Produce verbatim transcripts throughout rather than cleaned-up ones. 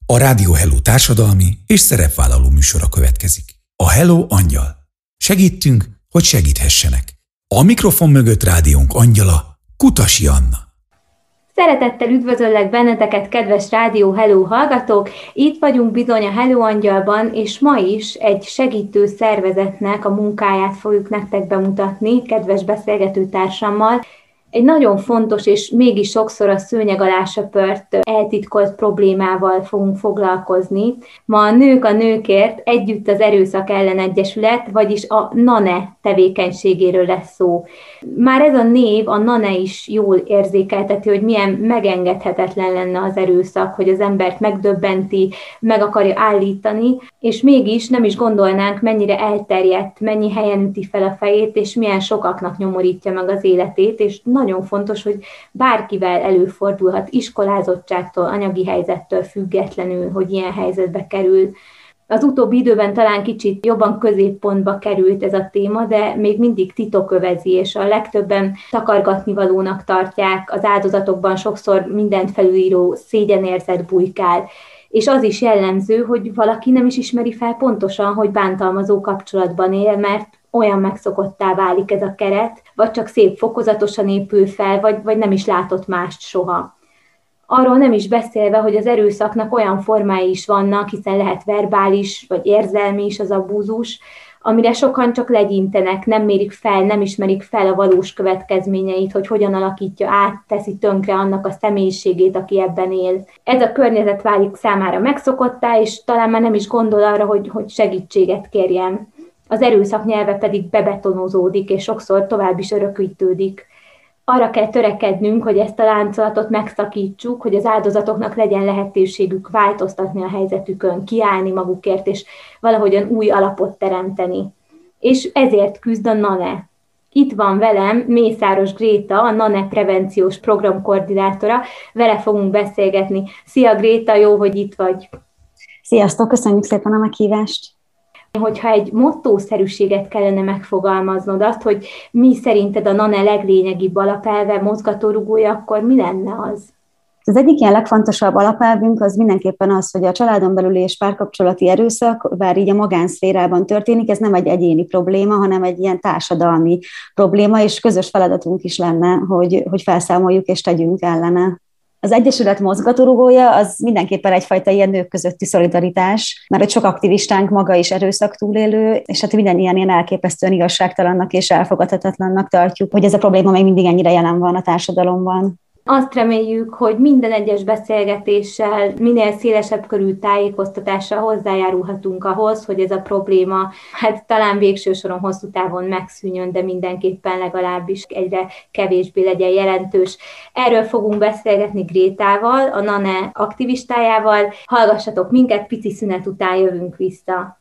A Rádió Hello társadalmi és szerepvállaló műsora következik. A Hello Angyal. Segítünk, hogy segíthessenek. A mikrofon mögött rádiónk angyala, Kutasi Anna. Szeretettel üdvözöllek benneteket, kedves Rádió Hello hallgatók! Itt vagyunk bizony a Hello Angyalban, és ma is egy segítő szervezetnek a munkáját fogjuk nektek bemutatni, kedves beszélgető társammal. Egy nagyon fontos és mégis sokszor a szőnyeg alá söpört, eltitkolt problémával fogunk foglalkozni. Ma a Nők a Nőkért Együtt az Erőszak Ellen Egyesület, vagyis a NANE tevékenységéről lesz szó. Már ez a név, a NANE is jól érzékelteti, hogy milyen megengedhetetlen lenne az erőszak, hogy az embert megdöbbenti, meg akarja állítani, és mégis nem is gondolnánk, mennyire elterjedt, mennyi helyen üti fel a fejét, és milyen sokaknak nyomorítja meg az életét, és nagyon fontos, hogy bárkivel előfordulhat, iskolázottságtól, anyagi helyzettől függetlenül, hogy ilyen helyzetbe kerül. Az utóbbi időben talán kicsit jobban középpontba került ez a téma, de még mindig titok övezi, és a legtöbben takargatnivalónak tartják, az áldozatokban sokszor mindent felülíró szégyenérzet bujkál. És az is jellemző, hogy valaki nem is ismeri fel pontosan, hogy bántalmazó kapcsolatban él, mert olyan megszokottá válik ez a keret, vagy csak szép fokozatosan épül fel, vagy, vagy nem is látott mást soha. Arról nem is beszélve, hogy az erőszaknak olyan formái is vannak, hiszen lehet verbális, vagy érzelmi is az abúzus, amire sokan csak legyintenek, nem mérik fel, nem ismerik fel a valós következményeit, hogy hogyan alakítja át, teszi tönkre annak a személyiségét, aki ebben él. Ez a környezet válik számára megszokottá, és talán már nem is gondol arra, hogy, hogy segítséget kérjen. Az erőszak nyelve pedig bebetonozódik, és sokszor tovább is örökítődik. Arra kell törekednünk, hogy ezt a láncolatot megszakítsuk, hogy az áldozatoknak legyen lehetőségük változtatni a helyzetükön, kiállni magukért, és valahogyan új alapot teremteni. És ezért küzd a NANE. Itt van velem Mészáros Gréta, a NANE prevenciós programkoordinátora, vele fogunk beszélgetni. Szia Gréta, jó, hogy itt vagy! Sziasztok, köszönjük szépen a meghívást! Hogyha egy mottószerűséget kellene megfogalmaznod, azt, hogy mi szerinted a NANE leglényegibb alapelve, mozgatórugója, akkor mi lenne az? Az egyik ilyen legfontosabb alapelvünk az mindenképpen az, hogy a családon belüli és párkapcsolati erőszak, bár így a magánszférában történik, ez nem egy egyéni probléma, hanem egy ilyen társadalmi probléma, és közös feladatunk is lenne, hogy, hogy felszámoljuk és tegyünk ellene. Az Egyesület mozgatórugója az mindenképpen egyfajta ilyen nők közötti szolidaritás, mert hogy sok aktivistánk maga is erőszak túlélő, és hát minden ilyen, ilyen elképesztően igazságtalannak és elfogadhatatlannak tartjuk, hogy ez a probléma még mindig ennyire jelen van a társadalomban. Azt reméljük, hogy minden egyes beszélgetéssel, minél szélesebb körű tájékoztatással hozzájárulhatunk ahhoz, hogy ez a probléma hát talán végső soron hosszú távon megszűnjön, de mindenképpen legalábbis egyre kevésbé legyen jelentős. Erről fogunk beszélgetni Grétával, a NANE aktivistájával. Hallgassatok minket, pici szünet után jövünk vissza.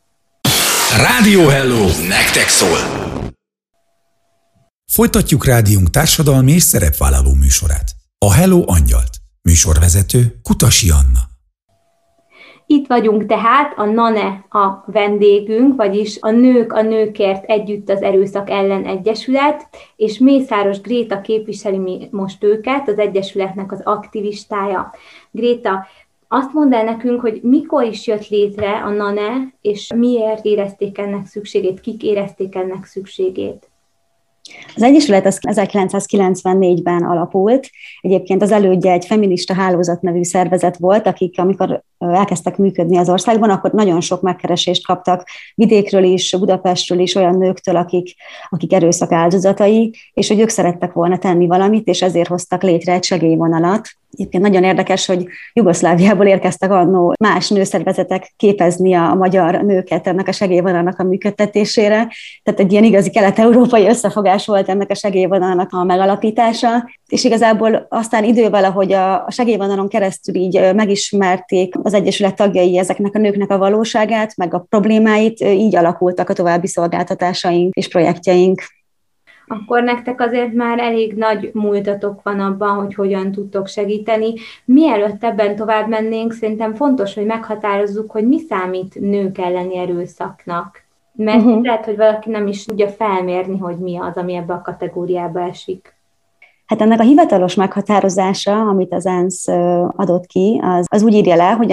Rádió Hello, nektek szól! Folytatjuk rádiónk társadalmi és szerepvállaló műsorát. A Hello Angyalt. Műsorvezető Kutasi Anna. Itt vagyunk tehát, a NANE a vendégünk, vagyis a Nők a Nőkért Együtt az Erőszak Ellen Egyesület, és Mészáros Gréta képviseli most őket, az Egyesületnek az aktivistája. Gréta, azt mondd el nekünk, hogy mikor is jött létre a NANE, és miért érezték ennek szükségét, kik érezték ennek szükségét? Az Egyesület az ezerkilencszázkilencvennégyben alapult. Egyébként az elődje egy feminista hálózat nevű szervezet volt, akik amikor elkezdtek működni az országban, akkor nagyon sok megkeresést kaptak vidékről is, Budapestről is, olyan nőktől, akik, akik erőszak áldozatai, és hogy ők szerettek volna tenni valamit, és ezért hoztak létre egy segélyvonalat. Egyébként nagyon érdekes, hogy Jugoszláviából érkeztek annó más nőszervezetek képezni a magyar nőket ennek a segélyvonalnak a működtetésére. Tehát egy ilyen igazi kelet-európai összefogás volt ennek a segélyvonalnak a megalapítása. És igazából aztán idővel, ahogy a segélyvonalon keresztül így megismerték az Egyesület tagjai ezeknek a nőknek a valóságát, meg a problémáit, így alakultak a további szolgáltatásaink és projektjeink. Akkor nektek azért már elég nagy múltatok van abban, hogy hogyan tudtok segíteni. Mielőtt ebben tovább mennénk, szerintem fontos, hogy meghatározzuk, hogy mi számít nők elleni erőszaknak. Mert uh-huh. lehet, hogy valaki nem is tudja felmérni, hogy mi az, ami ebbe a kategóriába esik. Hát ennek a hivatalos meghatározása, amit az ENSZ adott ki, az, az úgy írja le, hogy a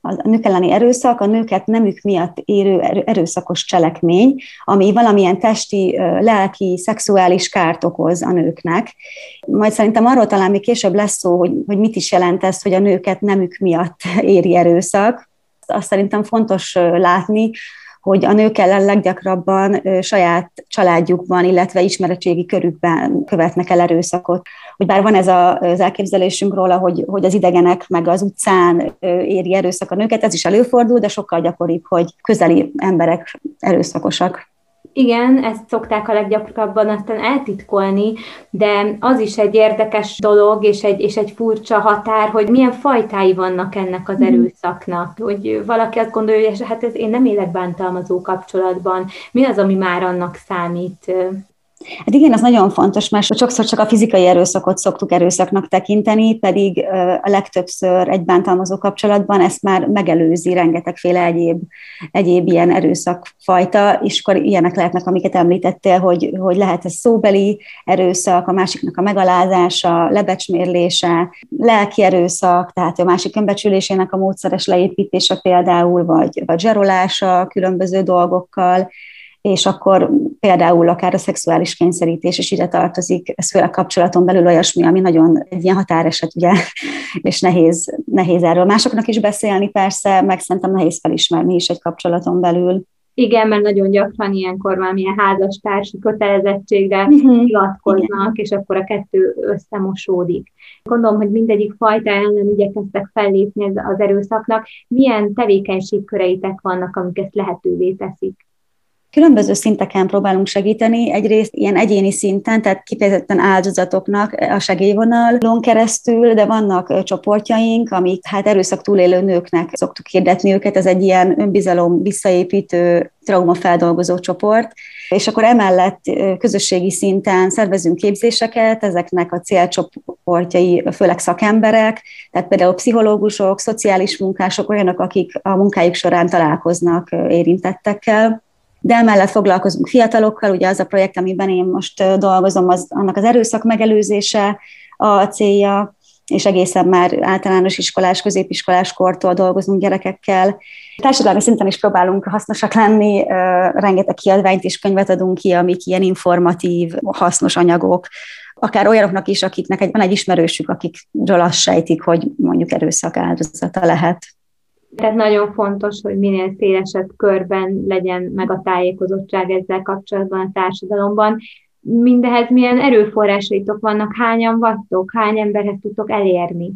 a nők elleni erőszak a nőket nemük miatt érő erőszakos cselekmény, ami valamilyen testi, lelki, szexuális kárt okoz a nőknek. Majd szerintem arról talán még később lesz szó, hogy, hogy mit is jelent ez, hogy a nőket nemük miatt éri erőszak. Azt szerintem fontos látni, hogy a nők ellen leggyakrabban saját családjukban, illetve ismeretségi körükben követnek el erőszakot. Hogy bár van ez az elképzelésünk róla, hogy, hogy az idegenek meg az utcán éri erőszak a nőket, ez is előfordul, de sokkal gyakoribb, hogy közeli emberek erőszakosak. Igen, ezt szokták a leggyakrabban aztán eltitkolni, de az is egy érdekes dolog, és egy, és egy furcsa határ, hogy milyen fajtái vannak ennek az erőszaknak. Hogy valaki azt gondolja, hogy hát ez, én nem élek bántalmazó kapcsolatban. Mi az, ami már annak számít? Hát igen, az nagyon fontos, mert sokszor csak a fizikai erőszakot szoktuk erőszaknak tekinteni, pedig a legtöbbször egy bántalmazó kapcsolatban ezt már megelőzi rengetegféle egyéb, egyéb ilyen erőszakfajta, és akkor ilyenek lehetnek, amiket említettél, hogy, hogy lehet ez szóbeli erőszak, a másiknak a megalázása, lebecsmérlése, lelki erőszak, tehát a másik önbecsülésének a módszeres leépítése például, vagy, vagy zsarolása különböző dolgokkal, és akkor például akár a szexuális kényszerítés is ide tartozik, ez főleg kapcsolaton belül olyasmi, ami nagyon egy ilyen határeset, ugye, és nehéz, nehéz erről másoknak is beszélni persze, meg szerintem nehéz felismerni is egy kapcsolaton belül. Igen, mert nagyon gyakran ilyenkor valamilyen házastársi kötelezettségre uh-huh. hivatkoznak, és akkor a kettő összemosódik. Gondolom, hogy mindegyik fajta ellen igyekeztek fellépni az erőszaknak. Milyen tevékenységköreitek vannak, amik ezt lehetővé teszik? Különböző szinteken próbálunk segíteni, egyrészt ilyen egyéni szinten, tehát kifejezetten áldozatoknak a segélyvonalon keresztül, de vannak csoportjaink, amik hát erőszak túlélő nőknek szoktuk hirdetni őket, ez egy ilyen önbizalom visszaépítő, traumafeldolgozó csoport, és akkor emellett közösségi szinten szervezünk képzéseket, ezeknek a célcsoportjai főleg szakemberek, tehát például pszichológusok, szociális munkások, olyanok, akik a munkájuk során találkoznak érintettekkel. De emellett foglalkozunk fiatalokkal, ugye az a projekt, amiben én most dolgozom, az, annak az erőszak megelőzése a célja, és egészen már általános iskolás, középiskolás kortól dolgozunk gyerekekkel. Társadalmi szinten is próbálunk hasznosak lenni, rengeteg kiadványt és könyvet adunk ki, amik ilyen informatív, hasznos anyagok, akár olyanoknak is, akiknek egy, van egy ismerősük, akikről azt sejtik, hogy mondjuk erőszak áldozata lehet. Tehát nagyon fontos, hogy minél szélesebb körben legyen meg a tájékozottság ezzel kapcsolatban a társadalomban. Mindehez milyen erőforrásaitok vannak, hányan vagytok, hány emberhez tudtok elérni?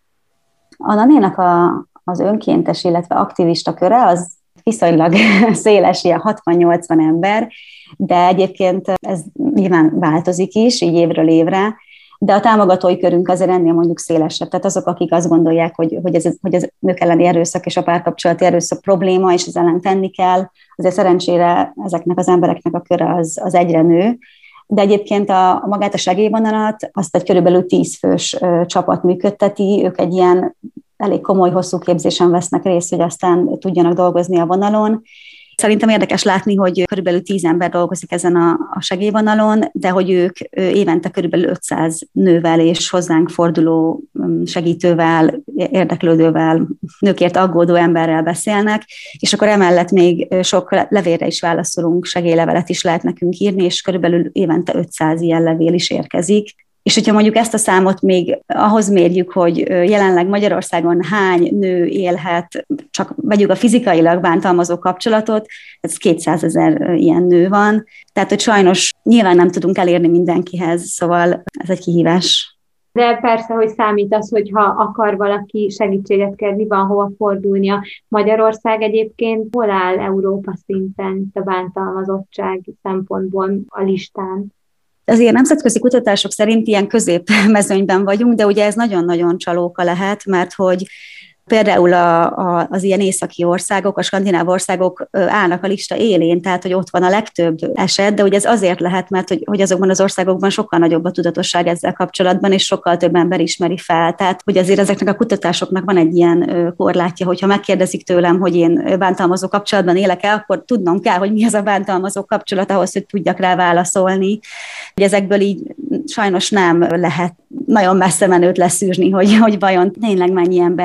A Nanénak a, az önkéntes, illetve aktivista köre az viszonylag széles, ilyen hatvan-nyolcvan ember, de egyébként ez nyilván változik is, így évről évre, de a támogatói körünk azért ennél mondjuk szélesebb. Tehát azok, akik azt gondolják, hogy, hogy, ez, hogy ez nők elleni erőszak és a párkapcsolati erőszak probléma, és ez ellen tenni kell, azért szerencsére ezeknek az embereknek a köre az, az egyre nő. De egyébként a, a magát a segélyvonalat azt egy körülbelül tíz fős ö, csapat működteti, ők egy ilyen elég komoly, hosszú képzésen vesznek részt, hogy aztán tudjanak dolgozni a vonalon. Szerintem érdekes látni, hogy körülbelül tíz ember dolgozik ezen a, a segélyvonalon, de hogy ők évente körülbelül ötszáz nővel és hozzánk forduló segítővel, érdeklődővel, nőkért aggódó emberrel beszélnek, és akkor emellett még sok levélre is válaszolunk, segélylevelet is lehet nekünk írni, és körülbelül évente ötszáz ilyen levél is érkezik. És hogyha mondjuk ezt a számot még ahhoz mérjük, hogy jelenleg Magyarországon hány nő élhet, csak vegyük a fizikailag bántalmazó kapcsolatot, ez kétszázezer ilyen nő van, tehát hogy sajnos nyilván nem tudunk elérni mindenkihez, szóval ez egy kihívás. De persze, hogy számít az, hogy ha akar valaki segítséget kérni, van hova fordulnia. Magyarország egyébként hol áll Európa szinten a bántalmazottság szempontból a listán? Azért nemzetközi kutatások szerint ilyen középmezőnyben vagyunk, de ugye ez nagyon-nagyon csalóka lehet, mert hogy például a, a, az ilyen északi országok, a skandináv országok állnak a lista élén, tehát hogy ott van a legtöbb eset, de ugye ez azért lehet, mert hogy, hogy azokban az országokban sokkal nagyobb a tudatosság ezzel kapcsolatban, és sokkal több ember ismeri fel. Tehát hogy azért ezeknek a kutatásoknak van egy ilyen korlátja, hogyha megkérdezik tőlem, hogy én bántalmazó kapcsolatban élek-e, akkor tudnom kell, hogy mi az a bántalmazó kapcsolat ahhoz, hogy tudjak rá válaszolni. Hogy ezekből így sajnos nem lehet nagyon messze menőt leszűrni, hogy, hogy vajon tényleg mennyi embert érint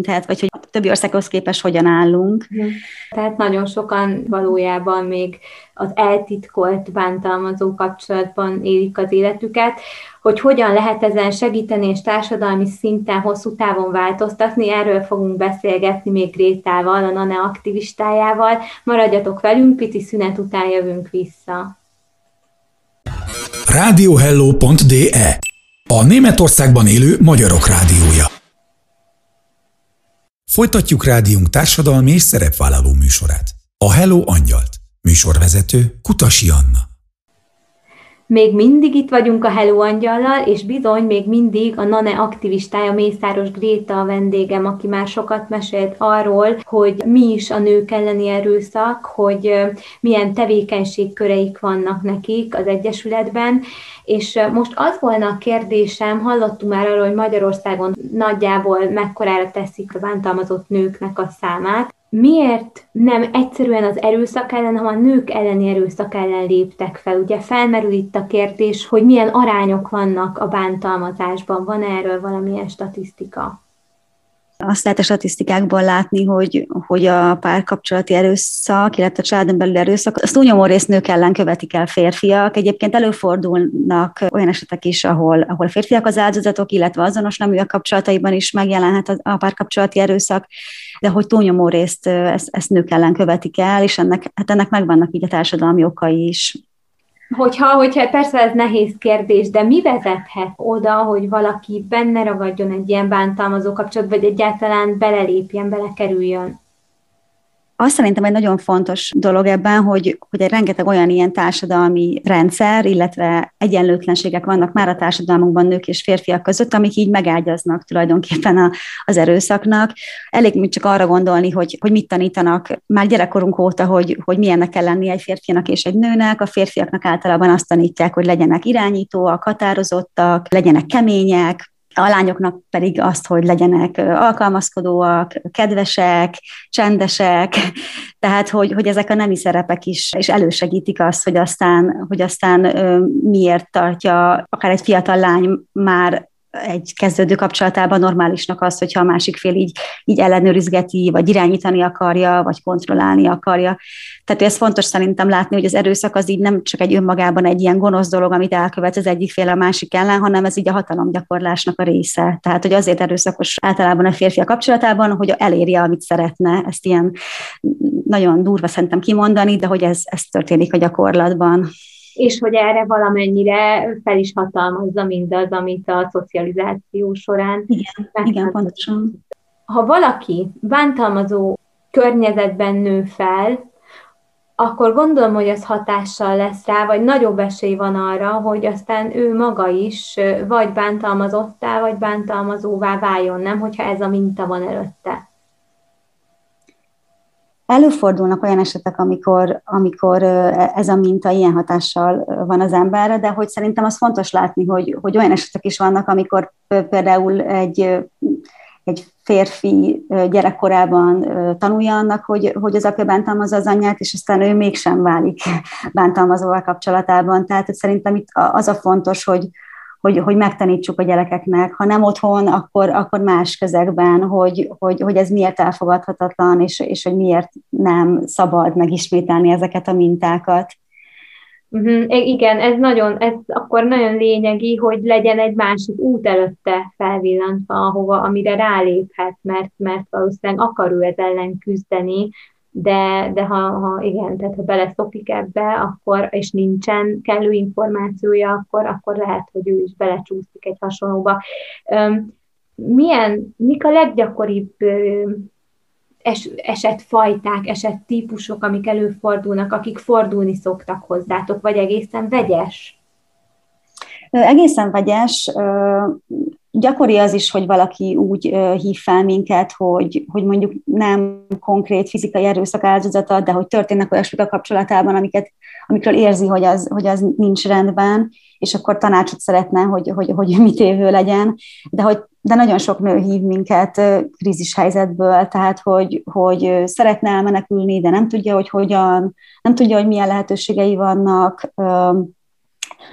érinthet, vagy hogy a többi országhoz képest hogyan állunk. Tehát nagyon sokan valójában még az eltitkolt bántalmazó kapcsolatban élik az életüket, hogy hogyan lehet ezen segíteni és társadalmi szinten hosszú távon változtatni, erről fogunk beszélgetni még Grétával, a NANE aktivistájával. Maradjatok velünk, pici szünet után jövünk vissza. Radiohello pont de a Németországban élő magyarok rádiója. Folytatjuk rádiónk társadalmi és szerepvállaló műsorát. A Hello Angyalt. Műsorvezető Kutasi Anna. Még mindig itt vagyunk a Hello Angyallal, és bizony még mindig a NANE aktivistája Mészáros Gréta a vendégem, aki már sokat mesélt arról, hogy mi is a nők elleni erőszak, hogy milyen tevékenységköreik vannak nekik az Egyesületben, és most az volna a kérdésem, hallottunk már arról, hogy Magyarországon nagyjából mekkorára teszik a bántalmazott nőknek a számát. Miért nem egyszerűen az erőszak ellen, hanem a nők elleni erőszak ellen léptek fel? Ugye felmerül itt a kérdés, hogy milyen arányok vannak a bántalmazásban. Van erről valamilyen statisztika? Azt lehet a statisztikákból látni, hogy, hogy a párkapcsolati erőszak, illetve a családon belül erőszak, azt túlnyomó részt nők ellen követik el férfiak. Egyébként előfordulnak olyan esetek is, ahol, ahol férfiak az áldozatok, illetve azonos neműek kapcsolataiban is megjelenhet a, a párkapcsolati erőszak, de hogy túlnyomó részt ezt, ezt nők ellen követik el, és ennek, hát ennek megvannak így a társadalmi okai is. Hogyha, hogyha persze ez nehéz kérdés, de mi vezethet oda, hogy valaki benne ragadjon egy ilyen bántalmazó kapcsolatba, vagy egyáltalán belelépjen, belekerüljön? Azt szerintem egy nagyon fontos dolog ebben, hogy, hogy egy rengeteg olyan ilyen társadalmi rendszer, illetve egyenlőtlenségek vannak már a társadalmunkban nők és férfiak között, amik így megágyaznak tulajdonképpen a, az erőszaknak. Elég még csak arra gondolni, hogy, hogy mit tanítanak már gyerekkorunk óta, hogy, hogy milyennek kell lenni egy férfinak és egy nőnek. A férfiaknak általában azt tanítják, hogy legyenek irányítóak, határozottak, legyenek kemények, a lányoknak pedig azt, hogy legyenek alkalmazkodóak, kedvesek, csendesek, tehát hogy, hogy ezek a nemi szerepek is és elősegítik azt, hogy aztán, hogy aztán miért tartja akár egy fiatal lány már egy kezdődő kapcsolatában normálisnak az, hogyha a másik fél így, így ellenőrizgeti, vagy irányítani akarja, vagy kontrollálni akarja. Tehát ez fontos szerintem látni, hogy az erőszak az így nem csak egy önmagában egy ilyen gonosz dolog, amit elkövet az egyik fél a másik ellen, hanem ez így a hatalomgyakorlásnak a része. Tehát, hogy azért erőszakos általában a férfi a kapcsolatában, hogy elérje, amit szeretne. Ezt ilyen nagyon durva szerintem kimondani, de hogy ez, ez történik a gyakorlatban. És hogy erre valamennyire fel is hatalmazza mindaz, amit a szocializáció során... Igen, igen, pontosan. Ha valaki bántalmazó környezetben nő fel, akkor gondolom, hogy az hatással lesz rá, vagy nagyobb esély van arra, hogy aztán ő maga is vagy bántalmazottá, vagy bántalmazóvá váljon, nem? Hogyha ez a minta van előtte. Előfordulnak olyan esetek, amikor, amikor ez a minta ilyen hatással van az emberre, de hogy szerintem az fontos látni, hogy, hogy olyan esetek is vannak, amikor például egy, egy férfi gyerekkorában tanulja annak, hogy, hogy az apja bántalmazza az anyját, és aztán ő mégsem válik bántalmazóval kapcsolatában. Tehát szerintem itt az a fontos, hogy, hogy, hogy megtanítsuk a gyerekeknek, ha nem otthon, akkor, akkor más közegben, hogy, hogy, hogy ez miért elfogadhatatlan, és, és hogy miért nem szabad megismételni ezeket a mintákat. Uh-huh. Igen, ez nagyon, ez akkor nagyon lényegi, hogy legyen egy másik út előtte felvillantva, ahova, amire ráléphet, mert, mert valószínűleg akar ő ez ellen küzdeni, de, de ha, ha igen, tehát ha beleszokik ebbe, akkor, és nincsen kellő információja, akkor, akkor lehet, hogy ő is belecsúszik egy hasonlóba. Milyen, mik a leggyakoribb es, esetfajták, esettípusok, amik előfordulnak, akik fordulni szoktak hozzátok, vagy egészen vegyes? Egészen vegyes. Gyakori az is, hogy valaki úgy hív fel minket, hogy, hogy mondjuk nem konkrét fizikai erőszak áldozata, de hogy történnek olyasmik a kapcsolatában, amiket, amikről érzi, hogy az, hogy az nincs rendben, és akkor tanácsot szeretne, hogy, hogy, hogy mit évő legyen, de, hogy, de nagyon sok nő hív minket krízis helyzetből, tehát hogy, hogy szeretne elmenekülni, de nem tudja, hogy hogyan, nem tudja, hogy milyen lehetőségei vannak,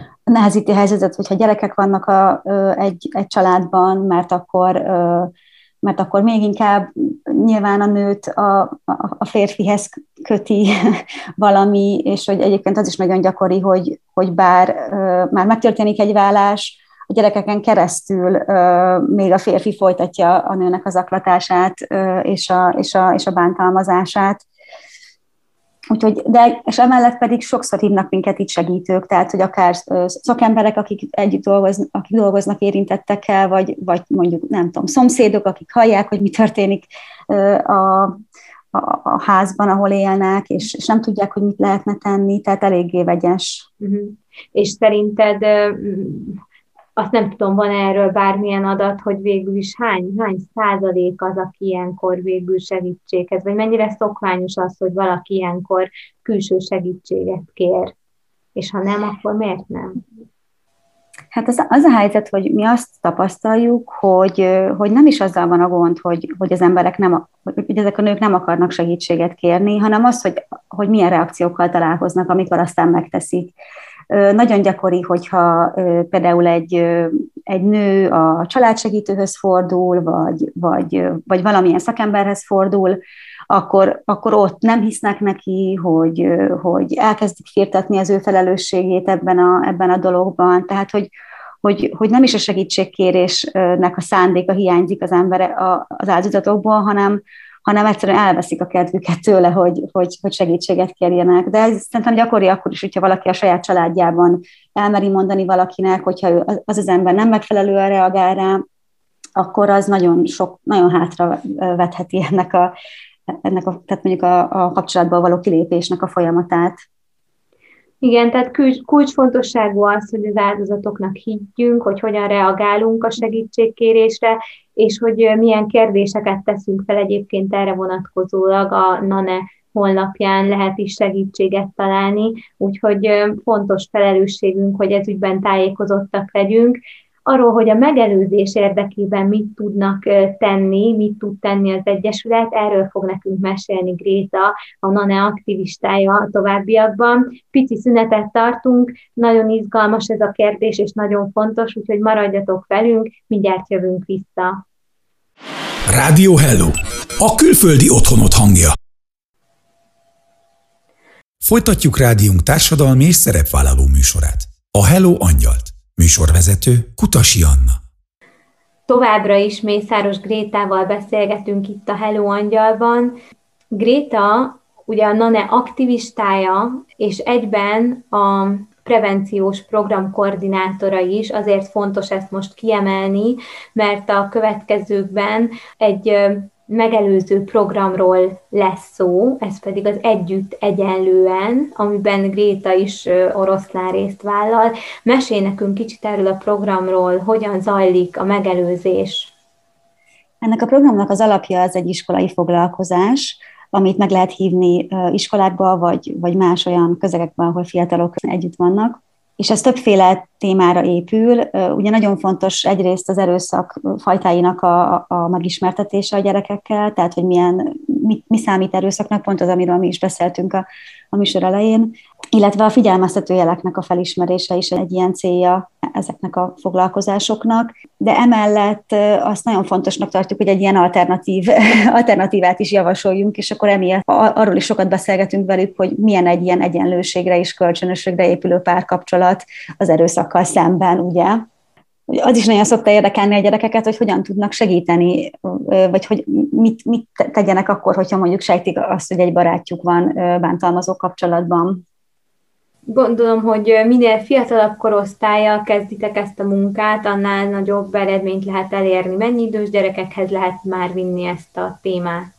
nehezíti a helyzetet, hogyha gyerekek vannak a, egy, egy családban, mert akkor mert akkor még inkább nyilván a nőt a, a, a férfihez köti valami, és hogy egyébként az is nagyon gyakori, hogy, hogy bár uh, már megtörténik egy vállás, a gyerekeken keresztül uh, még a férfi folytatja a nőnek az zaklatását uh, és, a, és, a, és a bántalmazását. Úgyhogy, de, és emellett pedig sokszor hívnak minket itt segítők, tehát, hogy akár szakemberek, akik együtt dolgoznak, akik dolgoznak érintettekkel, vagy, vagy mondjuk, nem tudom, szomszédok, akik hallják, hogy mi történik a, a, a házban, ahol élnek, és, és nem tudják, hogy mit lehetne tenni, tehát eléggé vegyes. Uh-huh. És szerinted, azt nem tudom, van erről bármilyen adat, hogy végül is hány, hány százalék az, aki ilyenkor végül segítséghez, vagy mennyire szokványos az, hogy valaki ilyenkor külső segítséget kér, és ha nem, akkor miért nem? Hát az, az a helyzet, hogy mi azt tapasztaljuk, hogy, hogy nem is azzal van a gond, hogy, hogy az emberek nem, hogy ezek a nők nem akarnak segítséget kérni, hanem az, hogy, hogy milyen reakciókkal találkoznak, amikor aztán megteszik. Nagyon gyakori, hogyha például egy, egy nő a családsegítőhöz fordul, vagy, vagy, vagy valamilyen szakemberhez fordul, akkor, akkor ott nem hisznek neki, hogy, hogy elkezdik firtatni az ő felelősségét ebben a, ebben a dologban. Tehát, hogy, hogy, hogy nem is a segítségkérésnek a szándéka hiányzik az ember az áldozatokból, hanem, hanem egyszerűen elveszik a kedvüket tőle, hogy, hogy, hogy segítséget kérjenek. De ez szerintem gyakori akkor is, hogyha valaki a saját családjában elmeri mondani valakinek, hogyha az az ember nem megfelelően reagál rá, akkor az nagyon sok, nagyon hátra vetheti ennek a, ennek a, tehát mondjuk a, a kapcsolatból való kilépésnek a folyamatát. Igen, tehát kulcsfontosságú az, hogy az áldozatoknak higgyünk, hogy hogyan reagálunk a segítségkérésre, és hogy milyen kérdéseket teszünk fel egyébként erre vonatkozólag a NANE honlapján lehet is segítséget találni, úgyhogy fontos felelősségünk, hogy ez ügyben tájékozottak legyünk. Arról, hogy a megelőzés érdekében mit tudnak tenni, mit tud tenni az Egyesület, erről fog nekünk mesélni Gréta, a NANE aktivistája a továbbiakban. Pici szünetet tartunk, nagyon izgalmas ez a kérdés, és nagyon fontos, úgyhogy maradjatok velünk, mindjárt jövünk vissza. Rádió Hello! A külföldi otthonot hangja. Folytatjuk rádiónk társadalmi és szerepvállaló műsorát. A Hello Angyalt. Műsorvezető Kutasi Anna. Továbbra is Mészáros Grétával beszélgetünk itt a Hello Angyalban. Gréta ugye a NANE aktivistája, és egyben a prevenciós programkoordinátora is, azért fontos ezt most kiemelni, mert a következőkben egy megelőző programról lesz szó, ez pedig az Együtt Egyenlően, amiben Gréta is oroszlán részt vállal. Mesélj nekünk kicsit erről a programról, hogyan zajlik a megelőzés. Ennek a programnak az alapja az egy iskolai foglalkozás, amit meg lehet hívni iskolákba, vagy, vagy más olyan közegekben, ahol fiatalok együtt vannak. És ez többféle témára épül. Ugye nagyon fontos egyrészt az erőszak fajtáinak a, a megismertetése a gyerekekkel, tehát hogy milyen, mi, mi számít erőszaknak, pont az, amiről mi is beszéltünk a, a műsor elején, illetve a figyelmeztető jeleknek a felismerése is egy ilyen célja ezeknek a foglalkozásoknak, de emellett azt nagyon fontosnak tartjuk, hogy egy ilyen alternatív, alternatívát is javasoljunk, és akkor emiatt arról is sokat beszélgetünk velük, hogy milyen egy ilyen egyenlőségre és kölcsönösségre épülő párkapcsolat az erőszakkal szemben, ugye? Az is nagyon szokta érdekelni a gyerekeket, hogy hogyan tudnak segíteni, vagy hogy mit, mit tegyenek akkor, hogyha mondjuk sejtik azt, hogy egy barátjuk van bántalmazó kapcsolatban. Gondolom, hogy minél fiatalabb korosztállyal kezditek ezt a munkát, annál nagyobb eredményt lehet elérni. Mennyi idős gyerekekhez lehet már vinni ezt a témát?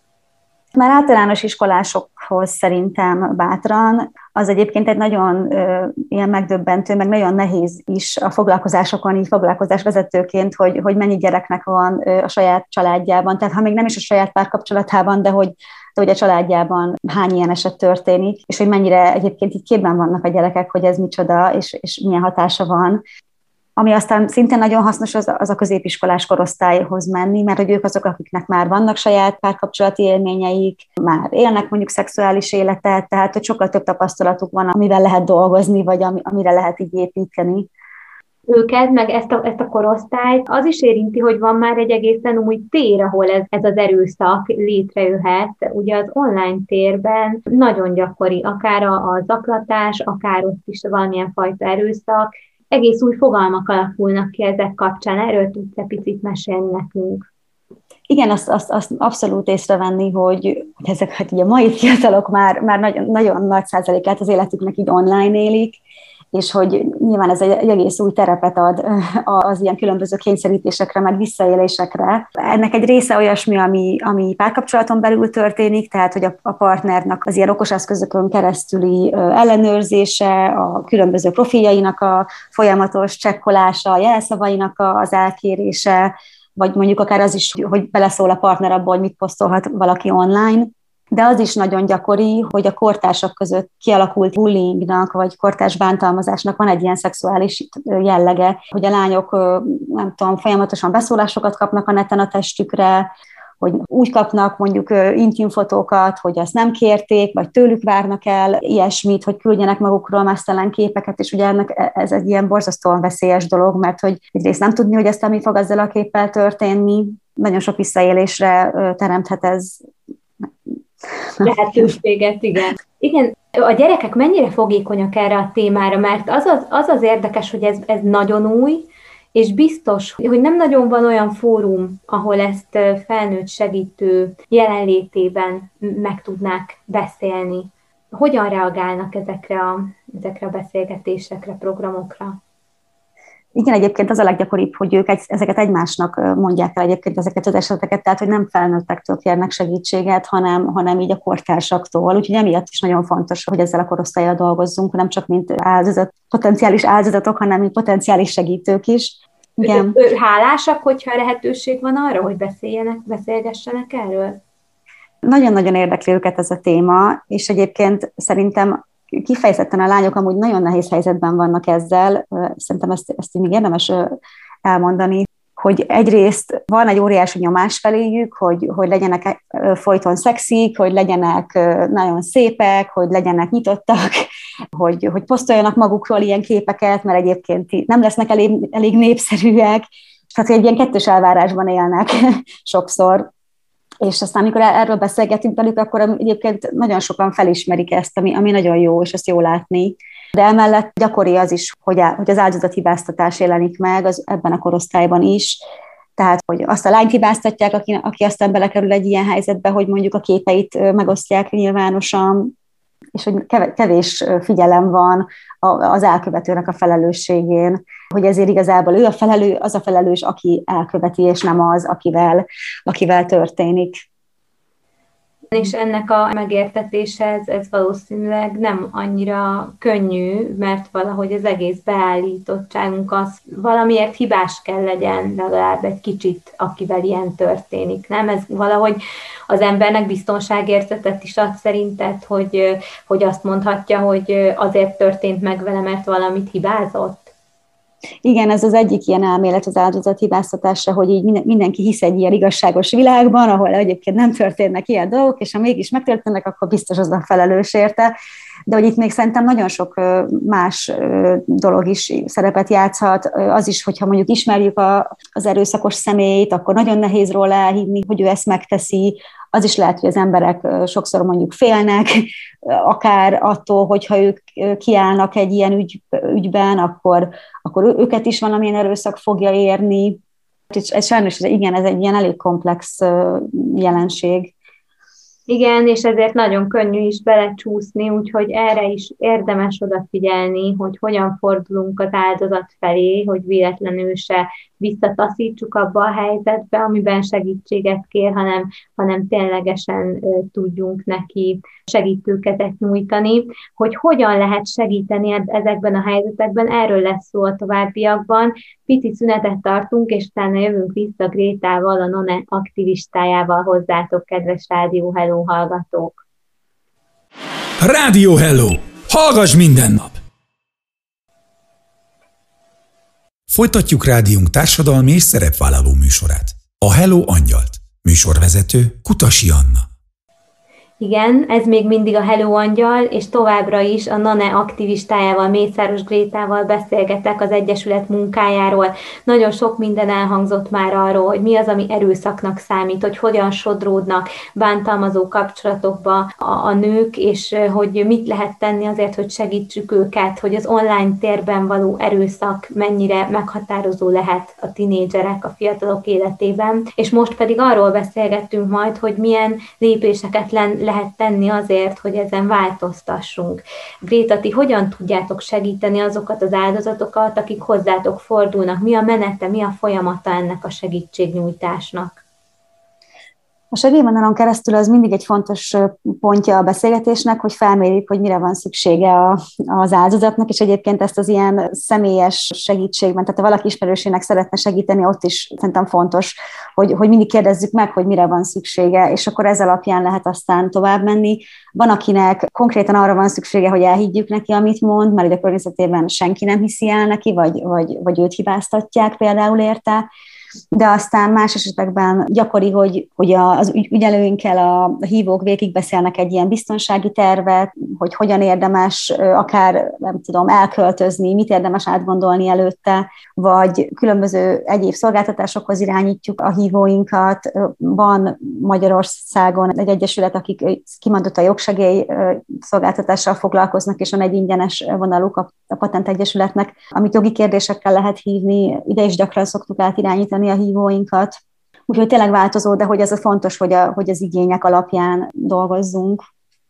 Már általános iskolásokhoz szerintem bátran. Az egyébként egy nagyon ö, ilyen megdöbbentő, meg nagyon nehéz is a foglalkozásokon, így foglalkozásvezetőként, hogy, hogy mennyi gyereknek van ö, a saját családjában. Tehát ha még nem is a saját párkapcsolatában, de hogy, de hogy a családjában hány ilyen eset történik, és hogy mennyire egyébként így képben vannak a gyerekek, hogy ez micsoda, és, és milyen hatása van. Ami aztán szintén nagyon hasznos, az, az a középiskolás korosztályhoz menni, mert hogy ők azok, akiknek már vannak saját párkapcsolati élményeik, már élnek mondjuk szexuális életet, tehát hogy sokkal több tapasztalatuk van, amivel lehet dolgozni, vagy amire lehet így építeni. őket, meg ezt a, ezt a korosztályt, az is érinti, hogy van már egy egészen új tér, ahol ez, ez az erőszak létrejöhet. Ugye az online térben nagyon gyakori, akár a, a zaklatás, akár ott is valamilyen fajta erőszak, egész új fogalmak alakulnak ki ezek kapcsán. Erről tudsz egy picit mesélni nekünk? Igen, azt, azt, azt abszolút észrevenni, hogy, hogy ezek hát ugye a mai fiatalok már, már nagyon, nagyon nagy százalékát az életüknek így online élik, és hogy nyilván ez egy, egy egész új terepet ad az ilyen különböző kényszerítésekre, meg visszaélésekre. Ennek egy része olyasmi, ami, ami párkapcsolaton belül történik, tehát hogy a, a partnernek az ilyen okos eszközökön keresztüli ellenőrzése, a különböző profiljainak a folyamatos csekkolása, a jelszavainak az elkérése, vagy mondjuk akár az is, hogy beleszól a partner abba, hogy mit posztolhat valaki online. De az is nagyon gyakori, hogy a kortársak között kialakult bullyingnak, vagy kortárs bántalmazásnak van egy ilyen szexuális jellege, hogy a lányok, nem tudom, folyamatosan beszólásokat kapnak a neten a testükre, hogy úgy kapnak mondjuk intim fotókat, hogy azt nem kérték, vagy tőlük várnak el ilyesmit, hogy küldjenek magukról mesztelen képeket, és ugye ennek ez egy ilyen borzasztóan veszélyes dolog, mert hogy egyrészt nem tudni, hogy aztán mi fog ezzel a képpel történni, nagyon sok visszaélésre teremthet ez lehetőséget, igen. Igen, a gyerekek mennyire fogékonyak erre a témára, mert az az, az, az érdekes, hogy ez, ez nagyon új, és biztos, hogy nem nagyon van olyan fórum, ahol ezt felnőtt segítő jelenlétében meg tudnák beszélni. Hogyan reagálnak ezekre a, ezekre a beszélgetésekre, programokra? Igen, egyébként az a leggyakoribb, hogy ők egy, ezeket egymásnak mondják el egyébként ezeket az eseteket, tehát hogy nem felnőttektől kérnek segítséget, hanem, hanem így a kortársaktól. Úgyhogy emiatt is nagyon fontos, hogy ezzel a korosztállyal dolgozzunk, nem csak mint áldozat, potenciális áldozatok, hanem mint potenciális segítők is. Igen. Ő, ő hálásak, hogyha lehetőség van arra, hogy beszéljenek, beszélgessenek erről? Nagyon-nagyon érdekli őket ez a téma, és egyébként szerintem kifejezetten a lányok amúgy nagyon nehéz helyzetben vannak ezzel, szerintem ezt, ezt még érdemes elmondani, hogy egyrészt van egy óriási nyomás feléjük, hogy, hogy legyenek folyton szexik, hogy legyenek nagyon szépek, hogy legyenek nyitottak, hogy, hogy posztoljanak magukról ilyen képeket, mert egyébként nem lesznek elég, elég népszerűek, tehát egy ilyen kettős elvárásban élnek sokszor. És aztán, amikor erről beszélgetünk velük, akkor egyébként nagyon sokan felismerik ezt, ami, ami nagyon jó, és ezt jó látni. De emellett gyakori az is, hogy, á, hogy az áldozathibáztatás jelenik meg az, ebben a korosztályban is. Tehát, hogy azt a lányt hibáztatják, aki, aki aztán belekerül egy ilyen helyzetbe, hogy mondjuk a képeit megosztják nyilvánosan, és hogy kevés figyelem van az elkövetőnek a felelősségén, hogy ezért igazából ő a felelő, az a felelős, aki elköveti, és nem az, akivel, akivel történik. És ennek a megértetése ez, ez valószínűleg nem annyira könnyű, mert valahogy az egész beállítottságunk az valamiért hibás kell legyen legalább egy kicsit, akivel ilyen történik, nem? Ez valahogy az embernek biztonságérzetet is ad szerinted, hogy, hogy azt mondhatja, hogy azért történt meg vele, mert valamit hibázott? Igen, ez az egyik ilyen elmélet az áldozathibáztatásra, hogy így mindenki hisz egy ilyen igazságos világban, ahol egyébként nem történnek ilyen dolgok, és ha mégis megtörténnek, akkor biztos az a felelős érte. De hogy itt még szerintem nagyon sok más dolog is szerepet játszhat. Az is, hogyha mondjuk ismerjük a, az erőszakos személyt, akkor nagyon nehéz róla elhinni, hogy ő ezt megteszi. Az is lehet, hogy az emberek sokszor mondjuk félnek, akár attól, hogyha ők kiállnak egy ilyen ügy, ügyben, akkor, akkor őket is valamilyen erőszak fogja érni. Ez sajnos, igen, ez egy ilyen elég komplex jelenség. Igen, és ezért nagyon könnyű is belecsúszni, úgyhogy erre is érdemes odafigyelni, hogy hogyan fordulunk az áldozat felé, hogy véletlenül se visszataszítsuk abba a helyzetbe, amiben segítséget kér, hanem, hanem ténylegesen uh, tudjunk neki segítőkezet nyújtani, hogy hogyan lehet segíteni ezekben a helyzetekben, erről lesz szó a továbbiakban. Pici szünetet tartunk, és utána jövünk vissza Grétával, a NONE aktivistájával hozzátok, kedves Rádió Hello hallgatók! Rádió Hello! Hallgass minden nap! Folytatjuk rádiónk társadalmi és szerepvállaló műsorát. A Hello Angyalt. Műsorvezető Kutasi Anna. Igen, ez még mindig a Hello Angyal, és továbbra is a NANE aktivistájával, Mészáros Grétával beszélgetek az Egyesület munkájáról. Nagyon sok minden elhangzott már arról, hogy mi az, ami erőszaknak számít, hogy hogyan sodródnak bántalmazó kapcsolatokba a, a nők, és hogy mit lehet tenni azért, hogy segítsük őket, hogy az online térben való erőszak mennyire meghatározó lehet a tinédzserek, a fiatalok életében. És most pedig arról beszélgettünk majd, hogy milyen lépéseket len lehet tenni azért, hogy ezen változtassunk. Gréta, ti hogyan tudjátok segíteni azokat az áldozatokat, akik hozzátok fordulnak? Mi a menete, mi a folyamata ennek a segítségnyújtásnak? A segélyvonalon keresztül az mindig egy fontos pontja a beszélgetésnek, hogy felmérjük, hogy mire van szüksége az áldozatnak, és egyébként ezt az ilyen személyes segítségben, tehát ha valaki ismerősének szeretne segíteni, ott is szerintem fontos, hogy, hogy mindig kérdezzük meg, hogy mire van szüksége, és akkor ez alapján lehet aztán tovább menni. Van, akinek konkrétan arra van szüksége, hogy elhiggyük neki, amit mond, mert ugye a környezetében senki nem hiszi el neki, vagy, vagy, vagy őt hibáztatják például érte, de aztán más esetekben gyakori, hogy, hogy az ügyelőinkkel a, a hívók végigbeszélnek egy ilyen biztonsági tervet, hogy hogyan érdemes akár, nem tudom, elköltözni, mit érdemes átgondolni előtte, vagy különböző egyéb szolgáltatásokhoz irányítjuk a hívóinkat. Van Magyarországon egy egyesület, akik kimondott a jogsegély szolgáltatással foglalkoznak, és van egy ingyenes vonaluk a Patent Egyesületnek, amit jogi kérdésekkel lehet hívni, ide is gyakran szoktuk átirányítani a hívóinkat. Úgyhogy tényleg változó, de hogy ez a fontos, hogy, a, hogy az igények alapján dolgozzunk.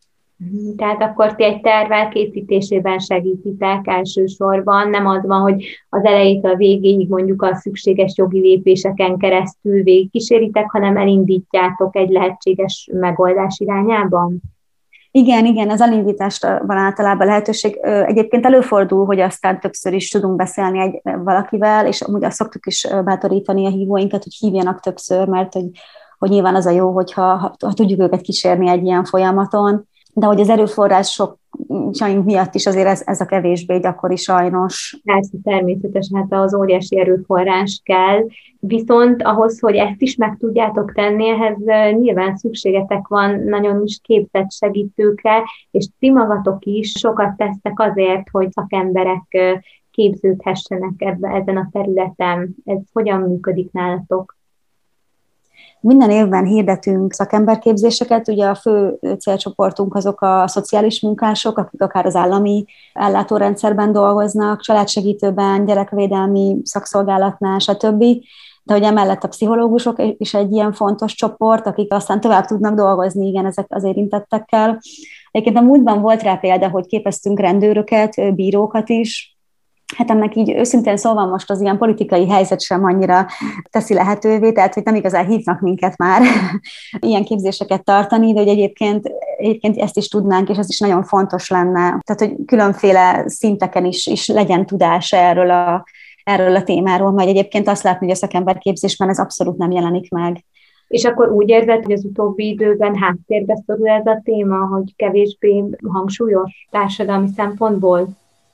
Tehát akkor ti egy terv elkészítésében segítitek elsősorban, nem az van, hogy az elejétől a végéig mondjuk a szükséges jogi lépéseken keresztül végigkíséritek, hanem elindítjátok egy lehetséges megoldás irányában? Igen, igen, az elindításra van általában lehetőség. Egyébként előfordul, hogy aztán többször is tudunk beszélni egy valakivel, és amúgy azt szoktuk is bátorítani a hívóinkat, hogy hívjanak többször, mert hogy, hogy nyilván az a jó, hogyha ha, ha tudjuk őket kísérni egy ilyen folyamaton, de hogy az erőforrások miatt is azért ez, ez a kevésbé gyakori sajnos. Persze, természetesen, hát az óriási erőforrás kell, viszont ahhoz, hogy ezt is meg tudjátok tenni, ehhez nyilván szükségetek van nagyon is képzett segítőkre, és ti magatok is sokat tesztek azért, hogy szakemberek képződhessenek ebbe, ezen a területen. Ez hogyan működik nálatok? Minden évben hirdetünk szakemberképzéseket, ugye a fő célcsoportunk azok a szociális munkások, akik akár az állami ellátórendszerben dolgoznak, családsegítőben, gyerekvédelmi szakszolgálatnál, stb. De hogy emellett a pszichológusok is egy ilyen fontos csoport, akik aztán tovább tudnak dolgozni, igen, ezek az érintettekkel. Egyébként a múltban volt rá példa, hogy képeztünk rendőröket, bírókat is. Hát ennek így őszintén szólva most az ilyen politikai helyzet sem annyira teszi lehetővé, tehát hogy nem igazán hívnak minket már ilyen képzéseket tartani, de hogy egyébként, egyébként ezt is tudnánk, és ez is nagyon fontos lenne. Tehát, hogy különféle szinteken is, is legyen tudás erről a, erről a témáról, majd egyébként azt látni, hogy a szakemberképzésben ez abszolút nem jelenik meg. És akkor úgy érzed, hogy az utóbbi időben háttérbe szorul ez a téma, hogy kevésbé hangsúlyos társadalmi szempontból?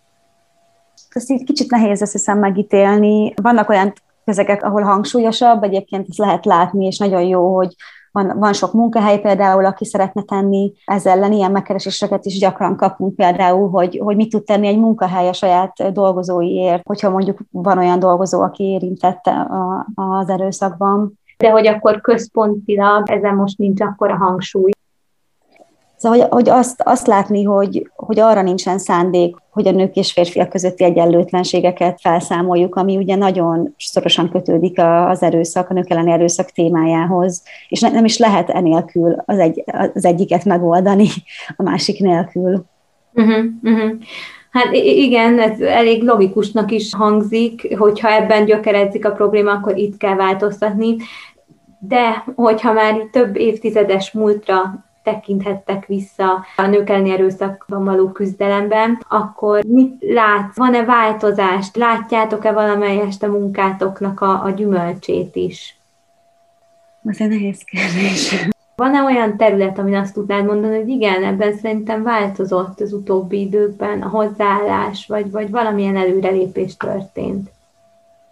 Ezt így kicsit nehéz, azt hiszem, megítélni. Vannak olyan közegek, ahol hangsúlyosabb, egyébként ezt lehet látni, és nagyon jó, hogy van, van sok munkahely például, aki szeretne tenni ezzel ellen, ilyen megkereséseket is gyakran kapunk például, hogy, hogy mit tud tenni egy munkahely a saját dolgozóiért, hogyha mondjuk van olyan dolgozó, aki érintette a, az erőszakban. De hogy akkor központilag ezen most nincs akkora hangsúly. Szóval, hogy, hogy azt, azt látni, hogy, hogy arra nincsen szándék, hogy a nők és férfiak közötti egyenlőtlenségeket felszámoljuk, ami ugye nagyon szorosan kötődik az erőszak, a nők elleni erőszak témájához, és nem is lehet enélkül az, egy, az egyiket megoldani a másik nélkül. Uh-huh, uh-huh. Hát igen, ez elég logikusnak is hangzik, hogyha ebben gyökeredzik a probléma, akkor itt kell változtatni, de hogyha már több évtizedes múltra tekinthettek vissza a nők elleni erőszakban való küzdelemben, akkor mit látsz? Van-e változást? Látjátok-e valamelyest a munkátoknak a, a gyümölcsét is? Ez egy nehéz kérdés. Van-e olyan terület, amin azt tudnád mondani, hogy igen, ebben szerintem változott az utóbbi időkben a hozzáállás, vagy, vagy valamilyen előrelépés történt?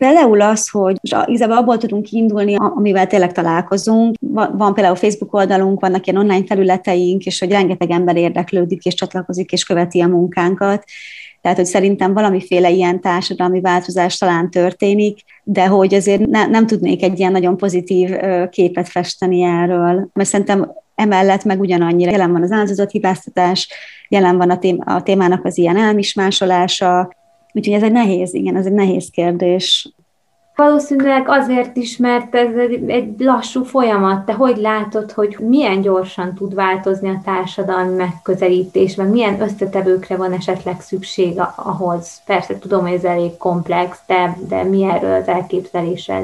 Például az, hogy igazából abból tudunk kiindulni, amivel tényleg találkozunk. Van például Facebook oldalunk, vannak ilyen online felületeink, és hogy rengeteg ember érdeklődik, és csatlakozik, és követi a munkánkat. Tehát, hogy szerintem valamiféle ilyen társadalmi változás talán történik, de hogy azért ne, nem tudnék egy ilyen nagyon pozitív képet festeni erről. Mert szerintem emellett meg ugyanannyira jelen van az áldozathibáztatás, jelen van a, tém- a témának az ilyen elmismásolása, úgyhogy ez egy nehéz, igen, ez egy nehéz kérdés. Valószínűleg azért is, mert ez egy lassú folyamat. Te hogy látod, hogy milyen gyorsan tud változni a társadalmi megközelítés, meg milyen összetevőkre van esetleg szükség ahhoz? Persze tudom, hogy ez elég komplex, de, de mi erről az elképzelésed?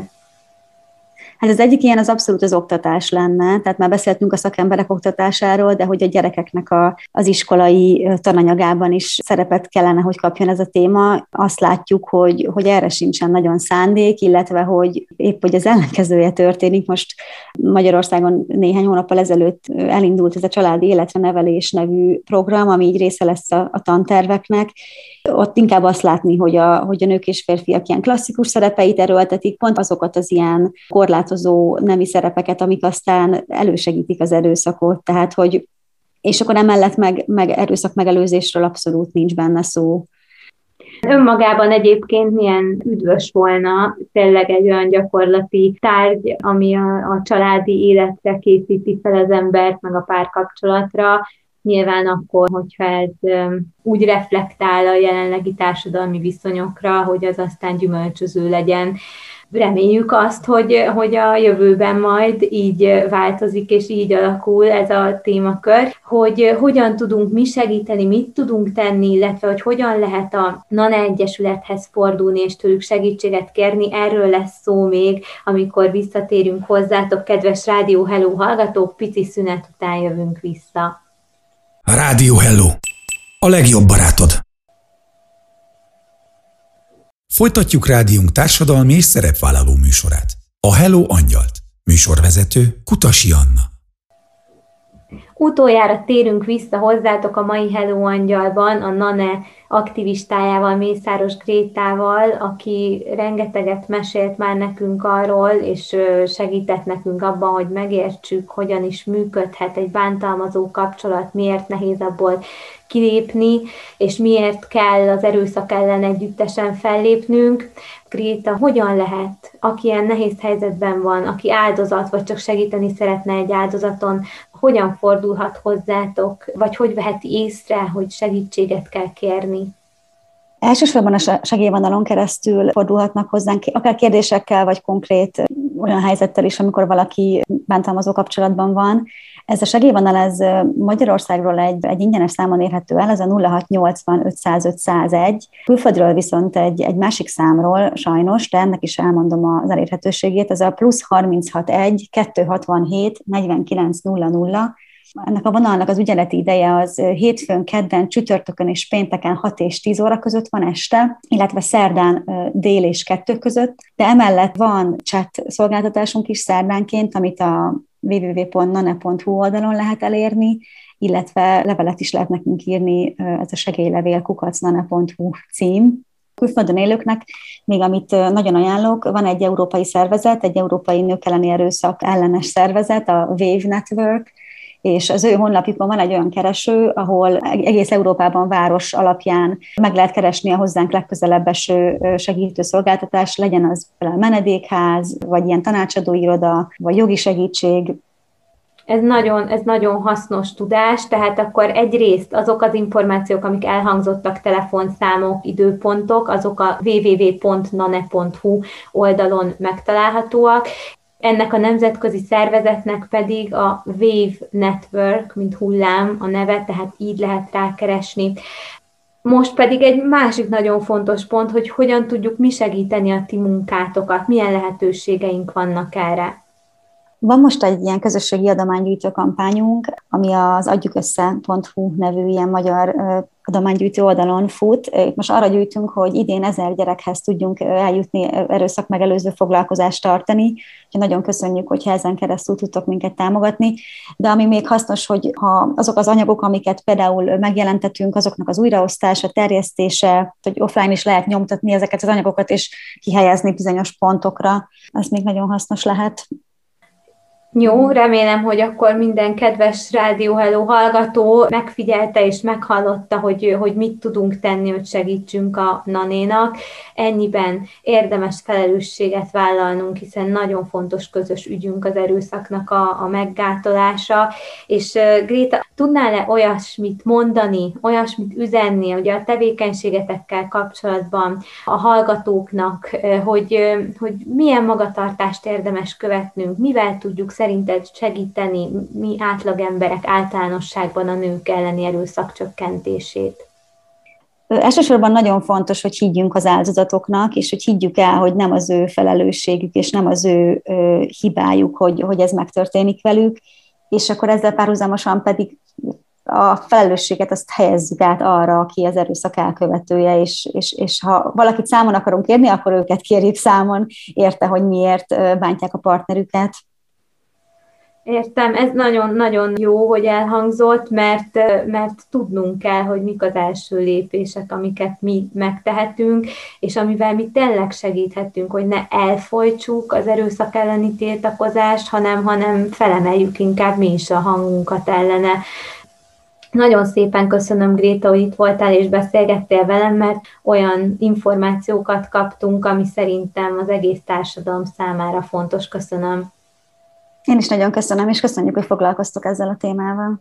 Hát az egyik ilyen az abszolút az oktatás lenne, tehát már beszéltünk a szakemberek oktatásáról, de hogy a gyerekeknek a, az iskolai tananyagában is szerepet kellene, hogy kapjon ez a téma. Azt látjuk, hogy, hogy erre sincsen nagyon szándék, illetve hogy épp hogy az ellenkezője történik. Most Magyarországon néhány hónappal ezelőtt elindult ez a Családi Életre Nevelés nevű program, ami így része lesz a, a tanterveknek. Ott inkább azt látni, hogy a, hogy a nők és férfiak ilyen klasszikus szerepeit erőltetik, pont azokat az ilyen korlátozó nemi szerepeket, amik aztán elősegítik az erőszakot. Tehát, hogy, és akkor emellett meg, meg erőszak megelőzésről abszolút nincs benne szó. Önmagában egyébként milyen üdvös volna tényleg egy olyan gyakorlati tárgy, ami a, a családi életre készíti fel az embert, meg a párkapcsolatra. Nyilván akkor, hogyha ez úgy reflektál a jelenlegi társadalmi viszonyokra, hogy az aztán gyümölcsöző legyen. Reméljük azt, hogy, hogy a jövőben majd így változik és így alakul ez a témakör, hogy hogyan tudunk mi segíteni, mit tudunk tenni, illetve hogy hogyan lehet a NANE Egyesülethez fordulni és tőlük segítséget kérni. Erről lesz szó még, amikor visszatérünk hozzátok, kedves Rádió Hello hallgatók, pici szünet után jövünk vissza. Rádió Hello, a legjobb barátod. Folytatjuk rádiónk társadalmi és szerepvállaló műsorát. A Hello Angyalt. Műsorvezető Kutasi Anna. Utoljára térünk vissza hozzátok a mai Hello Angyalban, a NANE aktivistájával, Mészáros Grétával, aki rengeteget mesélt már nekünk arról, és segített nekünk abban, hogy megértsük, hogyan is működhet egy bántalmazó kapcsolat, miért nehéz abból kilépni, és miért kell az erőszak ellen együttesen fellépnünk. Gréta, hogyan lehet, aki ilyen nehéz helyzetben van, aki áldozat, vagy csak segíteni szeretne egy áldozaton, hogyan fordulhat hozzátok, vagy hogy veheti észre, hogy segítséget kell kérni? Elsősorban a segélyvonalon keresztül fordulhatnak hozzánk, akár kérdésekkel, vagy konkrét olyan helyzettel is, amikor valaki bántalmazó kapcsolatban van. Ez a segélyvonal ez Magyarországról egy, egy ingyenes számon érhető el, ez a nulla hat nyolcvan ötszáz ötszázegy. Külföldről viszont egy, egy másik számról sajnos, de ennek is elmondom az elérhetőségét, ez a plusz harminchat egy kettőszázhatvanhét negyvenkilenc nulla nulla. Ennek a vonalnak az ügyeleti ideje az hétfőn, kedden, csütörtökön és pénteken hat és tíz óra között van este, illetve szerdán dél és kettő között, de emellett van chat szolgáltatásunk is szerdánként, amit a double-u double-u double-u pont nane pont hu oldalon lehet elérni, illetve levelet is lehet nekünk írni, ez a segélylevél kukac nane pont hu cím. Külföldön élőknek, még amit nagyon ajánlok, van egy európai szervezet, egy európai nők elleni erőszak ellenes szervezet, a Wave Network, és az ő honlapjukon van egy olyan kereső, ahol egész Európában város alapján meg lehet keresni a hozzánk legközelebb eső segítő szolgáltatás, legyen az például menedékház, vagy ilyen tanácsadóiroda, vagy jogi segítség. Ez nagyon, ez nagyon hasznos tudás, tehát akkor egyrészt azok az információk, amik elhangzottak, telefonszámok, időpontok, azok a double-u double-u double-u pont nane pont hu oldalon megtalálhatóak. Ennek a nemzetközi szervezetnek pedig a Wave Network, mint hullám a neve, tehát így lehet rákeresni. Most pedig egy másik nagyon fontos pont, hogy hogyan tudjuk mi segíteni a ti munkátokat, milyen lehetőségeink vannak erre. Van most egy ilyen közösségi adománygyűjtő kampányunk, ami az adjuk össze pont hu nevű ilyen magyar adománygyűjtő oldalon fut. Most arra gyűjtünk, hogy idén ezer gyerekhez tudjunk eljutni, erőszak megelőző foglalkozást tartani. Nagyon köszönjük, hogyha ezen keresztül tudtok minket támogatni. De ami még hasznos, hogy ha azok az anyagok, amiket például megjelentetünk, azoknak az újraosztása, terjesztése, hogy offline is lehet nyomtatni ezeket az anyagokat, és kihelyezni bizonyos pontokra, ez még nagyon hasznos lehet. Jó, remélem, hogy akkor minden kedves Rádió Hello hallgató megfigyelte és meghallotta, hogy, hogy mit tudunk tenni, hogy segítsünk a nanénak. Ennyiben érdemes felelősséget vállalnunk, hiszen nagyon fontos közös ügyünk az erőszaknak a, a meggátolása. És uh, Gréta, tudnál-e olyasmit mondani, olyasmit üzenni, ugye a tevékenységetekkel kapcsolatban a hallgatóknak, uh, hogy, uh, hogy milyen magatartást érdemes követnünk, mivel tudjuk szerinted segíteni mi átlagemberek általánosságban a nők elleni erőszak csökkentését? Elsősorban nagyon fontos, hogy higgyünk az áldozatoknak, és hogy higgyük el, hogy nem az ő felelősségük, és nem az ő ö, hibájuk, hogy, hogy ez megtörténik velük, és akkor ezzel párhuzamosan pedig a felelősséget azt helyezzük át arra, aki az erőszak elkövetője, és, és, és ha valakit számon akarunk kérni, akkor őket kérjük számon, érte, hogy miért bántják a partnerüket. Értem, ez nagyon-nagyon jó, hogy elhangzott, mert, mert tudnunk kell, hogy mik az első lépések, amiket mi megtehetünk, és amivel mi tényleg segíthetünk, hogy ne elfojtsuk az erőszak elleni tiltakozást, hanem, hanem felemeljük inkább mi is a hangunkat ellene. Nagyon szépen köszönöm, Gréta, hogy itt voltál és beszélgettél velem, mert olyan információkat kaptunk, ami szerintem az egész társadalom számára fontos. Köszönöm. Én is nagyon köszönöm, és köszönjük, hogy foglalkoztok ezzel a témával.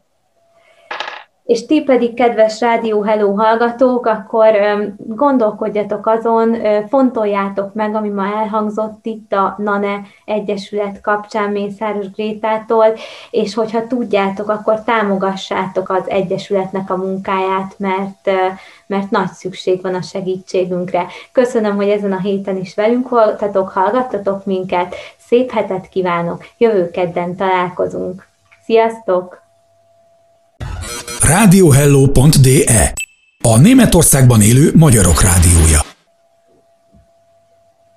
És ti pedig, kedves Rádió Hello hallgatók, akkor gondolkodjatok azon, fontoljátok meg, ami ma elhangzott itt a NANE Egyesület kapcsán Mészáros Grétától, és hogyha tudjátok, akkor támogassátok az Egyesületnek a munkáját, mert, mert nagy szükség van a segítségünkre. Köszönöm, hogy ezen a héten is velünk voltatok, hallgattatok minket, szép hetet kívánok, jövő kedden találkozunk. Sziasztok! radiohello pont de a Németországban élő magyarok rádiója.